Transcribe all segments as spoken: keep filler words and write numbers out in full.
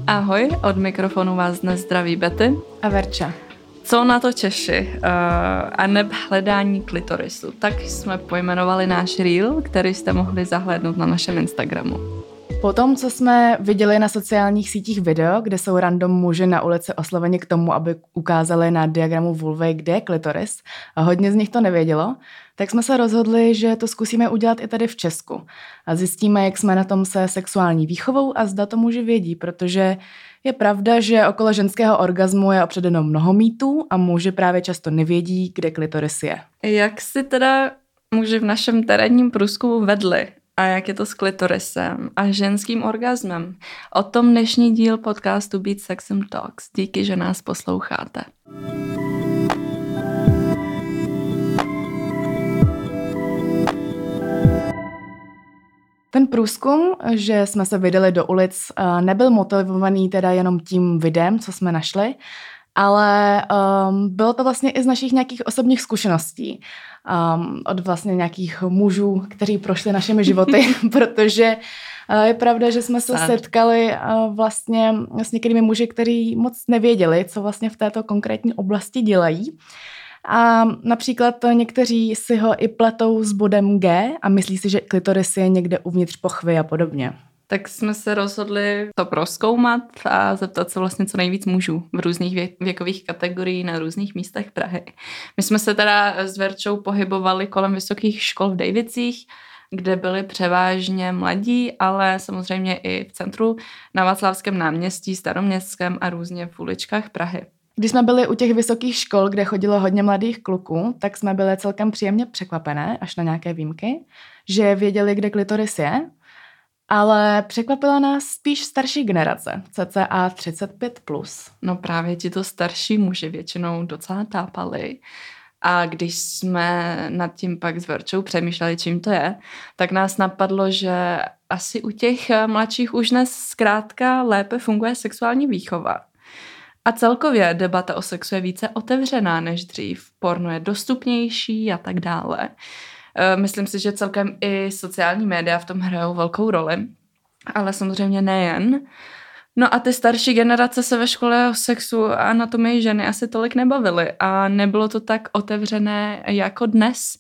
Ahoj, od mikrofonu vás dnes zdraví Betty a Verča. Co na to Češi uh, a neb hledání klitorisu, tak jsme pojmenovali náš reel, který jste mohli zahlédnout na našem Instagramu. Po tom, co jsme viděli na sociálních sítích video, kde jsou random muži na ulici osloveni k tomu, aby ukázali na diagramu vulvy, kde je klitoris, a hodně z nich to nevědělo, tak jsme se rozhodli, že to zkusíme udělat i tady v Česku. A zjistíme, jak jsme na tom se sexuální výchovou a zda to muži vědí, protože je pravda, že okolo ženského orgazmu je opředeno mnoho mýtů a muži právě často nevědí, kde klitoris je. Jak si teda muži v našem terénním průzkumu vedli? A jak je to s klitorisem a ženským orgazmem? O tom dnešní díl podcastu Beat Sex and Talks. Díky, že nás posloucháte. Ten průzkum, že jsme se vydali do ulic, nebyl motivovaný teda jenom tím videem, co jsme našli, ale um, bylo to vlastně i z našich nějakých osobních zkušeností. Um, od vlastně nějakých mužů, kteří prošli našimi životy, protože uh, je pravda, že jsme se setkali uh, vlastně s některými muži, kteří moc nevěděli, co vlastně v této konkrétní oblasti dělají. A například někteří si ho i pletou s bodem G a myslí si, že klitoris je někde uvnitř pochvy a podobně. Tak jsme se rozhodli to prozkoumat a zeptat se vlastně co nejvíc mužů v různých věkových kategoriích na různých místech Prahy. My jsme se teda s Verčou pohybovali kolem vysokých škol v Dejvicích, kde byli převážně mladí, ale samozřejmě i v centru na Václavském náměstí, Staroměstském a různě v uličkách Prahy. Když jsme byli u těch vysokých škol, kde chodilo hodně mladých kluků, tak jsme byli celkem příjemně překvapené, až na nějaké výjimky, že věděli, kde klitoris je, ale překvapila nás spíš starší generace, cca třicet pět plus. No právě ti to starší muži většinou docela tápali. A když jsme nad tím pak s Verčou přemýšleli, čím to je, tak nás napadlo, že asi u těch mladších už dnes zkrátka lépe funguje sexuální výchova. A celkově debata o sexu je více otevřená než dřív. Porno je dostupnější a tak dále. Myslím si, že celkem i sociální média v tom hrajou velkou roli, ale samozřejmě nejen. No a ty starší generace se ve škole o sexu a anatomii ženy asi tolik nebavily a nebylo to tak otevřené jako dnes.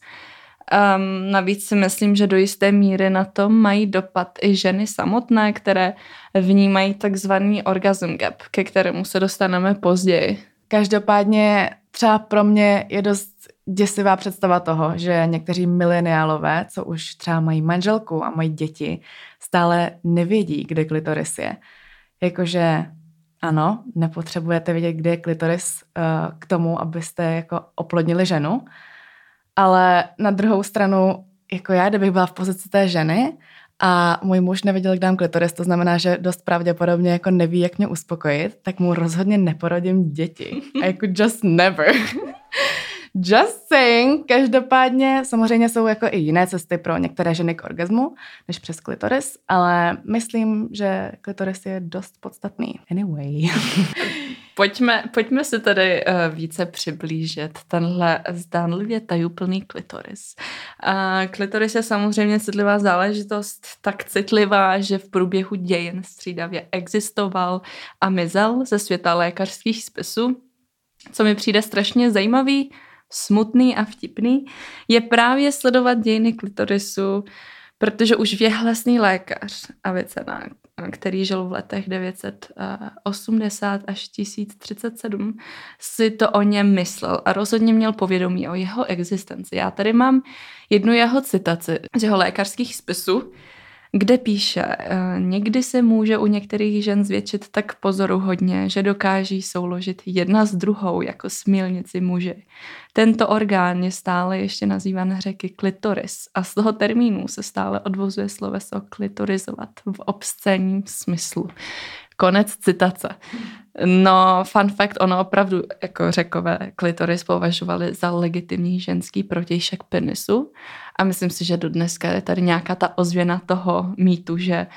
Um, navíc si myslím, že do jisté míry na to mají dopad i ženy samotné, které vnímají takzvaný orgasm gap, ke kterému se dostaneme později. Každopádně třeba pro mě je dost děsivá představa toho, že někteří mileniálové, co už třeba mají manželku a mají děti, stále nevědí, kde klitoris je. Jakože ano, nepotřebujete vědět, kde je klitoris uh, k tomu, abyste jako oplodnili ženu, ale na druhou stranu, jako já, kdybych byla v pozici té ženy a můj muž nevěděl, kde mám klitoris, to znamená, že dost pravděpodobně jako neví, jak mě uspokojit, tak mu rozhodně neporodím děti. A jako just never. Just saying. Každopádně samozřejmě jsou jako i jiné cesty pro některé ženy k orgazmu, než přes klitoris, ale myslím, že klitoris je dost podstatný. Anyway. Pojďme, pojďme si tady uh, více přiblížit tenhle zdánlivě tajuplný klitoris. Uh, klitoris je samozřejmě citlivá záležitost, tak citlivá, že v průběhu dějin střídavě existoval a mizel ze světa lékařských spisů. Co mi přijde strašně zajímavý, smutný a vtipný, je právě sledovat dějiny klitorisu, protože už věhlasný lékař Avicenna, který žil v letech devět set osmdesát až tisíc třicet sedm, si to o něm myslel a rozhodně měl povědomí o jeho existenci. Já tady mám jednu jeho citaci z jeho lékařských spisů, kde píše, někdy se může u některých žen zvětšit tak pozoruhodně, že dokáží souložit jedna s druhou jako smilnici muži. Tento orgán je stále ještě nazýván řeky klitoris a z toho termínu se stále odvozuje sloveso klitorizovat v obscénním smyslu. Konec citace. No, fun fact, ono opravdu, jako Řekové, klitoris považovali za legitimní ženský protějšek penisu a myslím si, že do dneska je tady nějaká ta ozvěna toho mýtu, že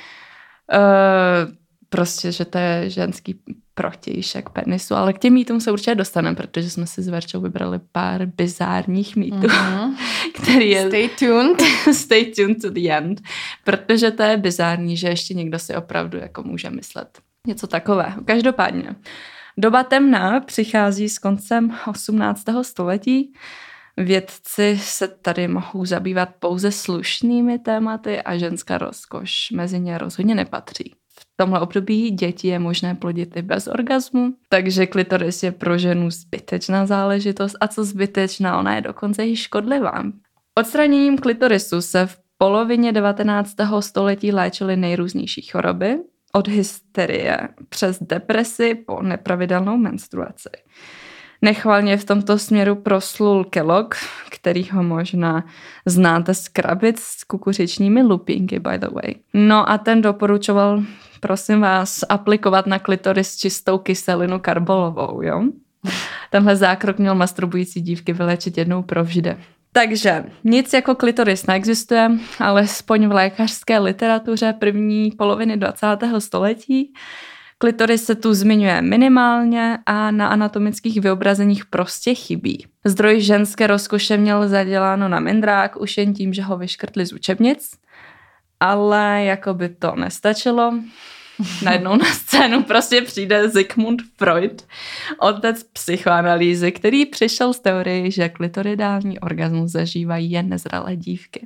uh, prostě, že to je ženský protějšek penisu, ale k těm mýtům se určitě dostaneme, protože jsme si s Verčou vybrali pár bizárních mýtů, mm-hmm. který je... Stay tuned. Stay tuned to the end, protože to je bizární, že ještě někdo si opravdu jako může myslet, Něco takového. Každopádně. Doba temna přichází s koncem osmnáctého století. Vědci se tady mohou zabývat pouze slušnými tématy a ženská rozkoš mezi ně rozhodně nepatří. V tomhle období děti je možné plodit i bez orgazmu, takže klitoris je pro ženu zbytečná záležitost a co zbytečná, ona je dokonce i škodlivá. Odstraněním klitorisu se v polovině devatenáctého století léčily nejrůznější choroby, od hysterie přes depresi po nepravidelnou menstruaci. Nechvalně v tomto směru proslul Kellogg, kterýho možná znáte z krabic s kukuřičními lupínky, by the way. No a ten doporučoval, prosím vás, aplikovat na klitoris čistou kyselinu karbolovou, jo? Tenhle zákrok měl masturbující dívky vylečit jednou provždy. Takže nic jako klitoris neexistuje, alespoň v lékařské literatuře první poloviny dvacátého století. Klitoris se tu zmiňuje minimálně a na anatomických vyobrazeních prostě chybí. Zdroj ženské rozkoše měl zaděláno na mindrák už jen tím, že ho vyškrtli z učebnic, ale jako by to nestačilo. Najednou na scénu prostě přijde Sigmund Freud, otec psychoanalýzy, který přišel z teorie, že klitoridální orgasmus zažívají jen nezralé dívky.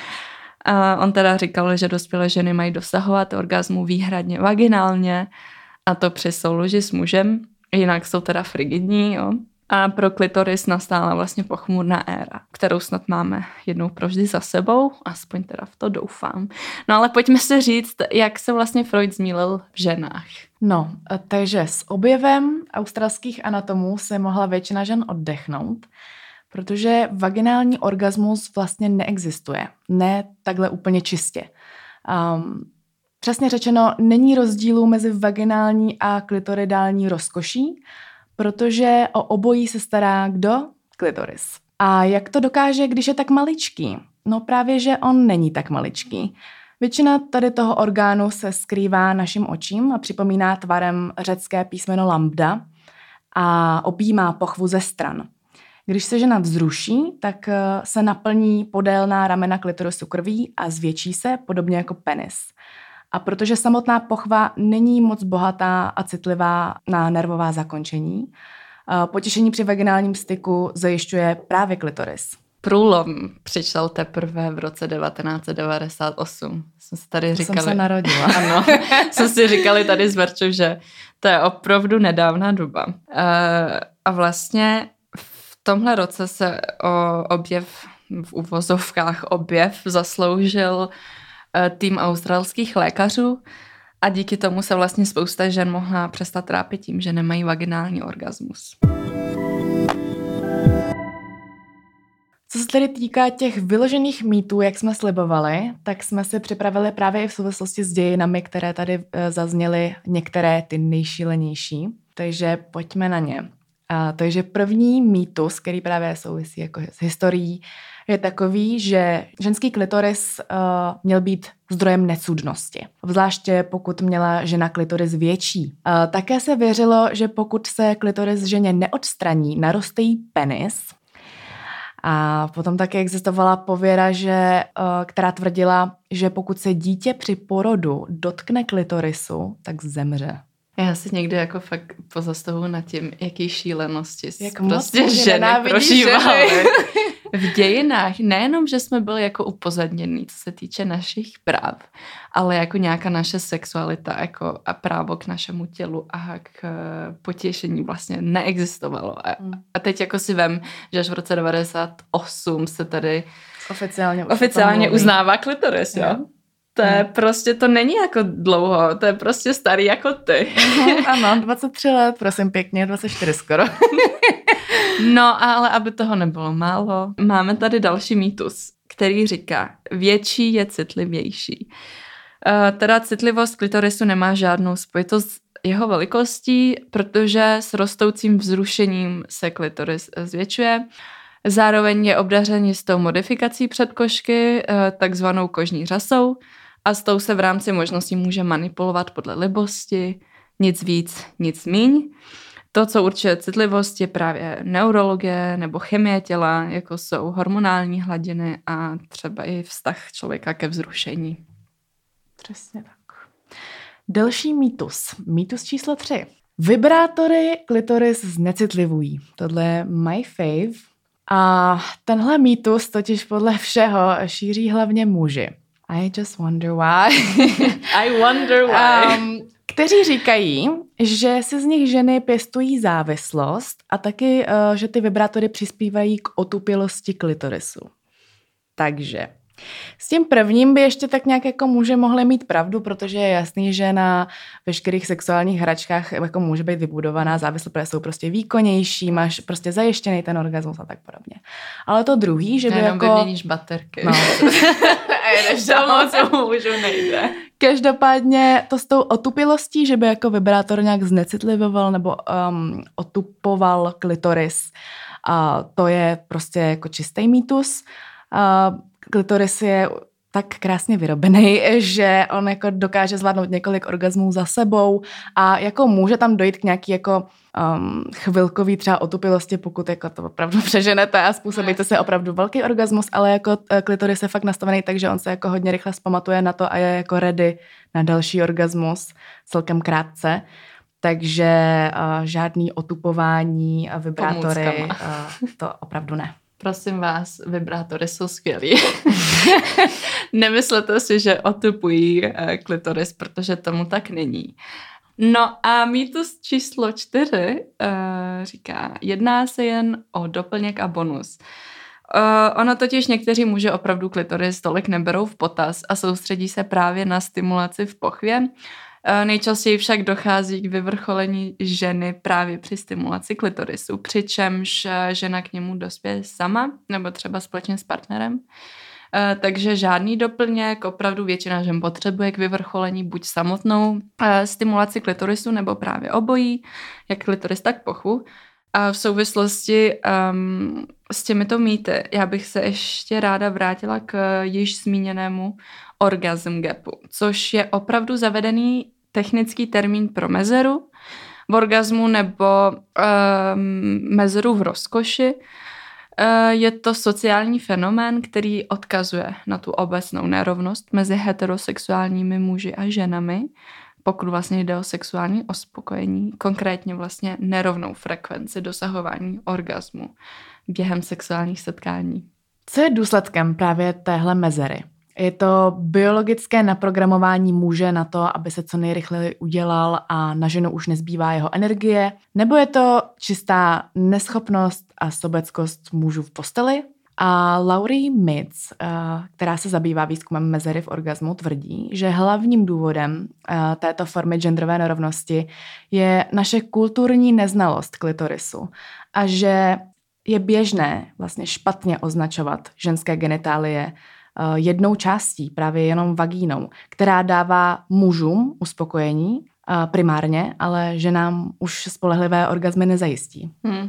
A on teda říkal, že dospělé ženy mají dosahovat orgasmu výhradně vaginálně, a to při souloži s mužem, jinak jsou teda frigidní, jo. A pro klitoris nastála vlastně pochmurná éra, kterou snad máme jednou provždy za sebou, aspoň teda v to doufám. No ale pojďme si říct, jak se vlastně Freud zmýlil v ženách. No, takže s objevem australských anatomů se mohla většina žen oddechnout, protože vaginální orgasmus vlastně neexistuje. Ne takhle úplně čistě. Um, přesně řečeno, není rozdílu mezi vaginální a klitoridální rozkoší, protože o obojí se stará kdo? Klitoris. A jak to dokáže, když je tak maličký? No právě, že on není tak maličký. Většina tady toho orgánu se skrývá našim očím a připomíná tvarem řecké písmeno lambda a objímá pochvu ze stran. Když se žena vzruší, tak se naplní podélná ramena klitorisu krví a zvětší se, podobně jako penis. A protože samotná pochva není moc bohatá a citlivá na nervová zakončení, potěšení při vaginálním styku zajišťuje právě klitoris. Průlom přišel teprve v roce devatenáct set devadesát osm. Jsme si tady říkali... Jsem se narodila. Ano, jsme si říkali tady s Verčou, že to je opravdu nedávná doba. A vlastně v tomhle roce se o objev, v uvozovkách objev, zasloužil tým australských lékařů a díky tomu se vlastně spousta žen mohla přestat trápit tím, že nemají vaginální orgasmus. Co se tedy týká těch vyložených mýtů, jak jsme slibovali, tak jsme si připravili právě i v souvislosti s dějinami, které tady zazněly, některé ty nejšílenější. Takže pojďme na ně. A, takže první mýtus, který právě souvisí jako s historií, je takový, že ženský klitoris uh, měl být zdrojem necudnosti. Zvláště pokud měla žena klitoris větší. Uh, také se věřilo, že pokud se klitoris ženě neodstraní, naroste jí penis. A potom také existovala pověra, že, uh, která tvrdila, že pokud se dítě při porodu dotkne klitorisu, tak zemře. Já si někdy jako fakt pozastavuju nad tím, jaký šílenosti Jak prostě ženy prožívaly v dějinách. Nejenom, že jsme byli jako upozadnění, co se týče našich práv, ale jako nějaká naše sexualita jako a právo k našemu tělu a k potěšení vlastně neexistovalo. A, a teď jako si vem, že až v roce devadesát osm se tady oficiálně, oficiálně uznává klitoris, jo? jo? To je hmm. prostě, to není jako dlouho, to je prostě starý jako ty. Ano, dvacet tři let, prosím pěkně, dvacet čtyři skoro. No, ale aby toho nebylo málo, máme tady další mýtus, který říká, větší je citlivější. Uh, teda citlivost klitorisu nemá žádnou spojitost s jeho velikostí, protože s rostoucím vzrušením se klitoris zvětšuje. Zároveň je obdařen jistou modifikací předkožky, takzvanou kožní řasou, a s tou se v rámci možností může manipulovat podle libosti, nic víc, nic míň. To, co určuje citlivost, je právě neurologie nebo chemie těla, jako jsou hormonální hladiny a třeba i vztah člověka ke vzrušení. Přesně tak. Další mýtus. Mýtus číslo tři. Vibrátory klitoris znecitlivují. Tohle je my fave. A tenhle mýtus totiž podle všeho šíří hlavně muži. I just wonder why. I wonder why. Um, kteří říkají, že si z nich ženy pěstují závislost a taky, uh, že ty vibrátory přispívají k otupělosti klitorisu. Takže s tím prvním by ještě tak nějak jako muže mohli mít pravdu, protože je jasný, že na veškerých sexuálních hračkách jako může být vybudovaná závislost, protože jsou prostě výkonnější, máš prostě zajištěný ten orgasmus a tak podobně. Ale to druhý, že by jenom jako... vyměníš baterky. No. A jedeš dál, co mužu nejde. Každopádně to s tou otupilostí, že by jako vibrátor nějak znecitlivoval nebo um, otupoval klitoris, a to je prostě jako čistý mýtus. Uh, klitoris je tak krásně vyrobený, že on jako dokáže zvládnout několik orgasmů za sebou a jako může tam dojít k nějaký jako um, chvilkový třeba otupilosti, pokud jako to opravdu přeženete a způsobíte se opravdu velký orgasmus, ale jako klitoris je fakt nastavený tak, že on se jako hodně rychle zpamatuje na to a je jako ready na další orgasmus celkem krátce. Takže uh, žádný otupování a vibrátory, uh, to opravdu ne. Prosím vás, vibrátory jsou skvělý. Nemyslete si, že otupují klitoris, protože tomu tak není. No a mýtus číslo čtyři uh, říká, jedná se jen o doplněk a bonus. Uh, ono totiž někteří muži opravdu klitoris tolik neberou v potaz a soustředí se právě na stimulaci v pochvě. Nejčastěji však dochází k vyvrcholení ženy právě při stimulaci klitorisu, přičemž žena k němu dospěje sama nebo třeba společně s partnerem. Takže žádný doplněk, opravdu většina žen potřebuje k vyvrcholení buď samotnou stimulaci klitorisu nebo právě obojí, jak klitoris, tak pochvu. A v souvislosti um, s těmito mýty já bych se ještě ráda vrátila k již zmíněnému orgasm gapu, což je opravdu zavedený technický termín pro mezeru v orgasmu nebo um, mezeru v rozkoši. Uh, je to sociální fenomén, který odkazuje na tu obecnou nerovnost mezi heterosexuálními muži a ženami, pokud vlastně jde o sexuální uspokojení, konkrétně vlastně nerovnou frekvenci dosahování orgasmu během sexuálních setkání. Co je důsledkem právě téhle mezery? Je to biologické naprogramování muže na to, aby se co nejrychleji udělal a na ženu už nezbývá jeho energie? Nebo je to čistá neschopnost a sobeckost mužů v posteli? A Laurie Mitz, která se zabývá výzkumem mezery v orgasmu, tvrdí, že hlavním důvodem této formy genderové nerovnosti je naše kulturní neznalost klitorisu a že je běžné vlastně špatně označovat ženské genitálie jednou částí, právě jenom vagínou, která dává mužům uspokojení primárně, ale ženám už spolehlivé orgasmy nezajistí. Hmm.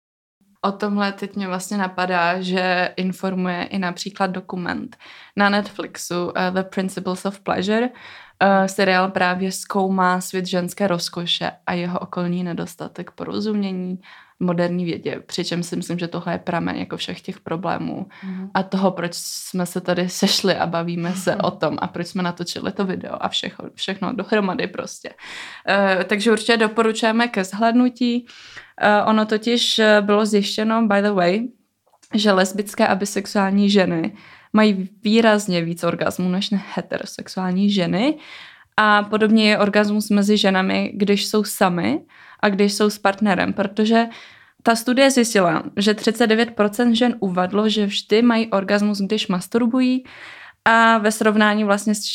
O tomhle teď mě vlastně napadá, že informuje i například dokument na Netflixu uh, The Principles of Pleasure. Uh, seriál právě zkoumá svět ženské rozkoše a jeho okolní nedostatek porozumění moderní vědě, přičem si myslím, že tohle je pramen jako všech těch problémů mm. a toho, proč jsme se tady sešli a bavíme se mm. o tom a proč jsme natočili to video a všechno, všechno dohromady prostě. Uh, takže určitě doporučujeme ke zhlédnutí. Uh, ono totiž bylo zjištěno, by the way, že lesbické a bisexuální ženy mají výrazně víc orgasmů než heterosexuální ženy a podobně je orgasmus mezi ženami, když jsou samy a když jsou s partnerem, protože ta studie zjistila, že třicet devět procent žen uvedlo, že vždy mají orgasmus, když masturbují a ve srovnání vlastně s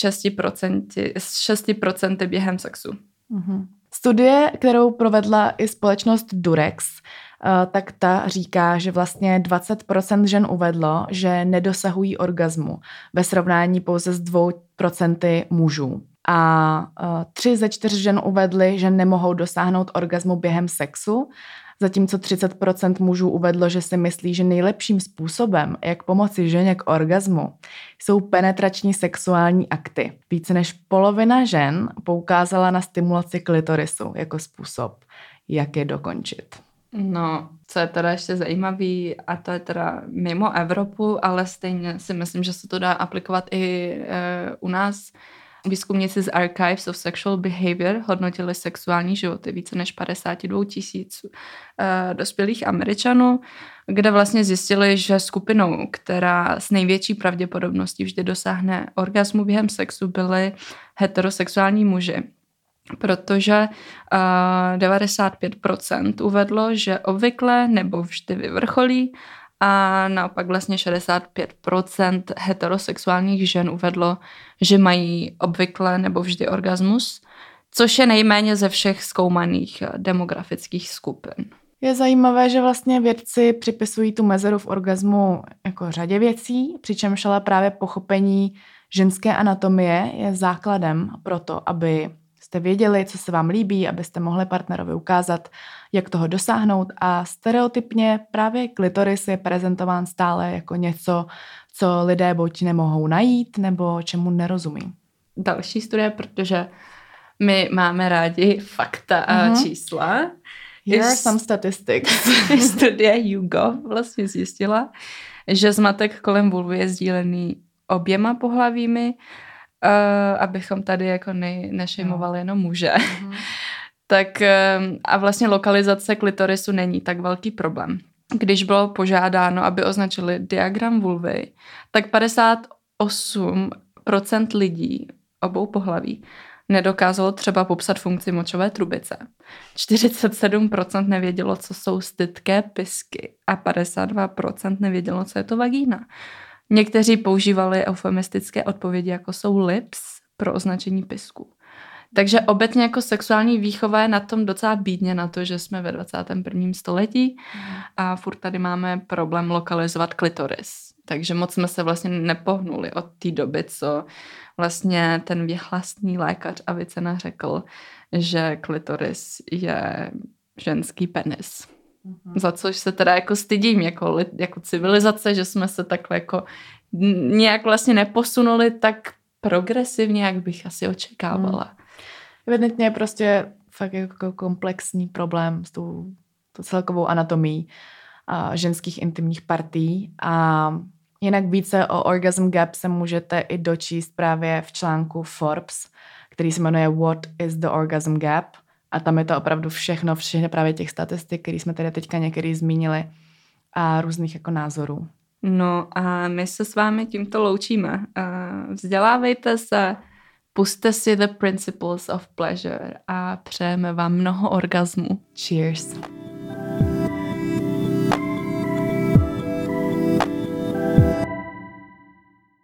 šesti procenty během sexu. Mm-hmm. Studie, kterou provedla i společnost Durex, tak ta říká, že vlastně dvacet procent žen uvedlo, že nedosahují orgasmu ve srovnání pouze s dvou procenty mužů. A tři ze čtyř žen uvedly, že nemohou dosáhnout orgasmu během sexu, zatímco třicet procent mužů uvedlo, že si myslí, že nejlepším způsobem, jak pomoci ženě k orgasmu, jsou penetrační sexuální akty. Více než polovina žen poukázala na stimulaci klitorisu jako způsob, jak je dokončit. No, co je teda ještě zajímavý, a to je teda mimo Evropu, ale stejně si myslím, že se to dá aplikovat i e, u nás. Výzkumníci z Archives of Sexual Behavior hodnotili sexuální životy více než padesát dva tisíc uh, dospělých Američanů, kde vlastně zjistili, že skupinou, která s největší pravděpodobností vždy dosáhne orgasmu během sexu, byli heterosexuální muži. Protože uh, devadesát pět procent uvedlo, že obvykle nebo vždy vyvrcholí, a naopak vlastně šedesát pět procent heterosexuálních žen uvedlo, že mají obvykle nebo vždy orgasmus, což je nejméně ze všech zkoumaných demografických skupin. Je zajímavé, že vlastně vědci připisují tu mezeru v orgasmu jako řadě věcí, přičemž ale právě pochopení ženské anatomie je základem pro to, aby jste věděli, co se vám líbí, abyste mohli partnerovi ukázat, jak toho dosáhnout, a stereotypně právě klitoris je prezentován stále jako něco, co lidé buď nemohou najít, nebo čemu nerozumí. Další studie, protože my máme rádi fakta a uh-huh. čísla. Here are some statistics. Studie YouGov vlastně zjistila, že zmatek kolem vulvy je sdílený oběma pohlavími, Uh, abychom tady jako ne, nešejmovali jenom muže. Mm. tak uh, a vlastně lokalizace klitorisu není tak velký problém. Když bylo požádáno, aby označili diagram vulvy, tak padesát osm procent lidí obou pohlaví nedokázalo třeba popsat funkci močové trubice. čtyřicet sedm procent nevědělo, co jsou stytké pisky a padesát dva procent nevědělo, co je to vagína. Někteří používali eufemistické odpovědi, jako jsou lips, pro označení pisku. Takže obecně jako sexuální výchova je na tom docela bídně, na to, že jsme ve dvacátém prvním století a furt tady máme problém lokalizovat klitoris. Takže moc jsme se vlastně nepohnuli od té doby, co vlastně ten věhlasný lékař Avicenna řekl, že klitoris je ženský penis. Mm-hmm. Za což se teda jako stydím jako, jako civilizace, že jsme se takhle jako nějak vlastně neposunuli tak progresivně, jak bych asi očekávala. Mm. Evidentně je prostě fakt jako komplexní problém s tou, tou celkovou anatomií a ženských intimních partí, a jinak více o orgasm gap se můžete i dočíst právě v článku Forbes, který se jmenuje What is the orgasm gap? A tam je to opravdu všechno, všechny právě těch statistik, které jsme tady teďka některý zmínili, a různých jako názorů. No a my se s vámi tímto loučíme. Vzdělávejte se, pusťte si The Principles of Pleasure a přejeme vám mnoho orgasmů. Cheers.